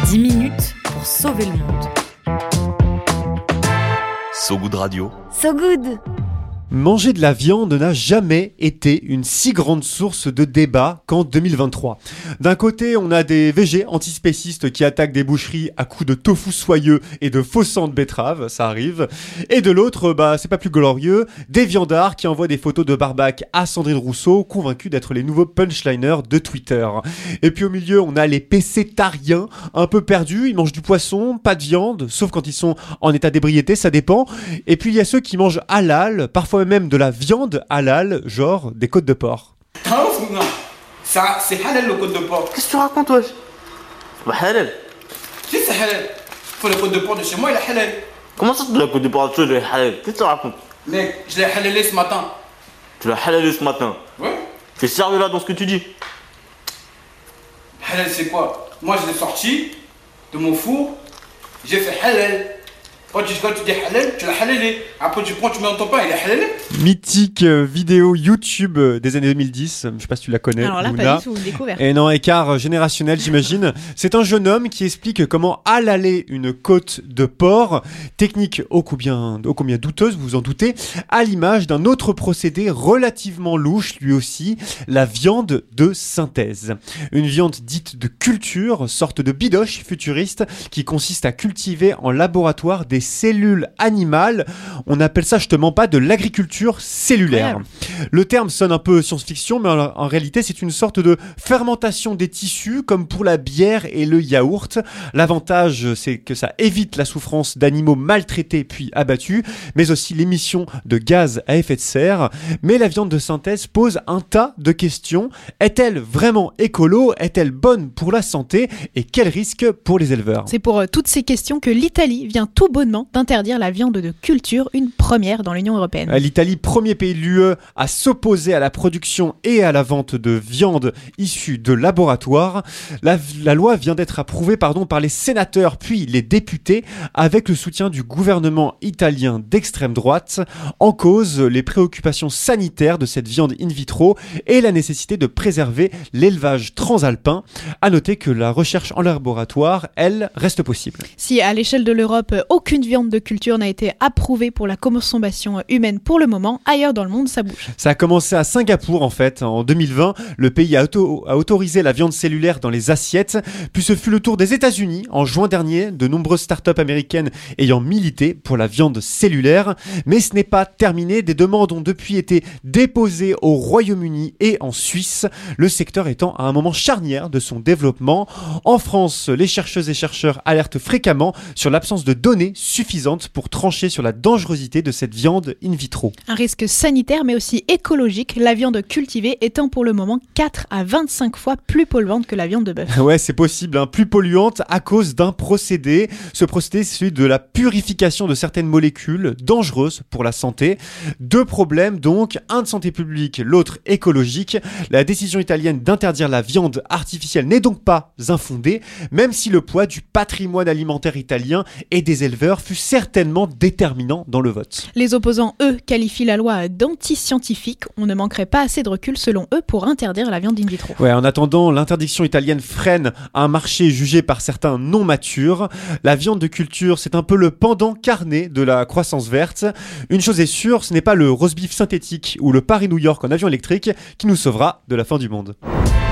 10 minutes pour sauver le monde. So Good Radio. So Good. Manger de la viande n'a jamais été une si grande source de débat qu'en 2023. D'un côté, on a des végés antispécistes qui attaquent des boucheries à coups de tofu soyeux et de faux sang de betterave, ça arrive. Et de l'autre, c'est pas plus glorieux, des viandards qui envoient des photos de barbac à Sandrine Rousseau, convaincus d'être les nouveaux punchliners de Twitter. Et puis au milieu, on a les pécétariens, un peu perdus, ils mangent du poisson, pas de viande, sauf quand ils sont en état d'ébriété, ça dépend. Et puis il y a ceux qui mangent halal, parfois même de la viande halal, genre des côtes de porc. Ça, c'est halal le côte de porc. Qu'est-ce que tu racontes, wesh? C'est pas halal. Si, c'est halal. Faut le côte de porc de chez moi, il est halal. Comment ça, la côte de porc de chez toi, il est halal? Qu'est-ce que tu racontes? Mec, je l'ai halalé ce matin. Tu l'as halalé ce matin? Ouais. T'es sérieux là dans ce que tu dis? Halal, c'est quoi? Moi, je l'ai sorti de mon four, j'ai fait halal. Quand tu dis halal, tu l'as halalé. Après, tu prends, tu mets dans ton pain, il est halalé. Mythique vidéo YouTube des années 2010, je sais pas si tu la connais. Alors là, Mouna. pas du tout, découverte. Et non, écart générationnel, j'imagine. C'est un jeune homme qui explique comment halaler une côte de porc, technique ô combien douteuse, vous vous en doutez, à l'image d'un autre procédé relativement louche, lui aussi, la viande de synthèse. Une viande dite de culture, sorte de bidoche futuriste, qui consiste à cultiver en laboratoire des cellules animales. On appelle ça, je te mens pas, de l'agriculture cellulaire. Le terme sonne un peu science-fiction, mais en réalité, c'est une sorte de fermentation des tissus, comme pour la bière et le yaourt. L'avantage, c'est que ça évite la souffrance d'animaux maltraités puis abattus, mais aussi l'émission de gaz à effet de serre. Mais la viande de synthèse pose un tas de questions. Est-elle vraiment écolo? Est-elle bonne pour la santé? Et quel risque pour les éleveurs? C'est pour toutes ces questions que l'Italie vient tout bonnement d'interdire la viande de culture, une première dans l'Union européenne. L'Italie, premier pays de l'UE à s'opposer à la production et à la vente de viande issue de laboratoires. La loi vient d'être approuvée par les sénateurs puis les députés avec le soutien du gouvernement italien d'extrême droite. En cause, les préoccupations sanitaires de cette viande in vitro et la nécessité de préserver l'élevage transalpin. À noter que la recherche en laboratoire, elle, reste possible. Si à l'échelle de l'Europe, aucune viande de culture n'a été approuvée pour la consommation humaine pour le moment, ailleurs dans le monde, ça bouge. Ça a commencé à Singapour en fait. En 2020, le pays a autorisé la viande cellulaire dans les assiettes. Puis ce fut le tour des États-Unis en juin dernier, de nombreuses startups américaines ayant milité pour la viande cellulaire. Mais ce n'est pas terminé. Des demandes ont depuis été déposées au Royaume-Uni et en Suisse, le secteur étant à un moment charnière de son développement. En France, les chercheuses et chercheurs alertent fréquemment sur l'absence de données suffisantes pour trancher sur la dangerosité de cette viande in vitro. Un risque sanitaire mais aussi écologique, la viande cultivée étant pour le moment 4 à 25 fois plus polluante que la viande de bœuf. Ouais, c'est possible, plus polluante à cause d'un procédé. Ce procédé, c'est celui de la purification de certaines molécules dangereuses pour la santé. Deux problèmes donc, un de santé publique, l'autre écologique. La décision italienne d'interdire la viande artificielle n'est donc pas infondée, même si le poids du patrimoine alimentaire italien et des éleveurs fut certainement déterminant dans le vote. Les opposants, eux, qualifient la loi d'anti-scientifique. On ne manquerait pas assez de recul, selon eux, pour interdire la viande in vitro. Ouais, en attendant, l'interdiction italienne freine un marché jugé par certains non mature. La viande de culture, c'est un peu le pendant carné de la croissance verte. Une chose est sûre, ce n'est pas le roast beef synthétique ou le Paris-New York en avion électrique qui nous sauvera de la fin du monde.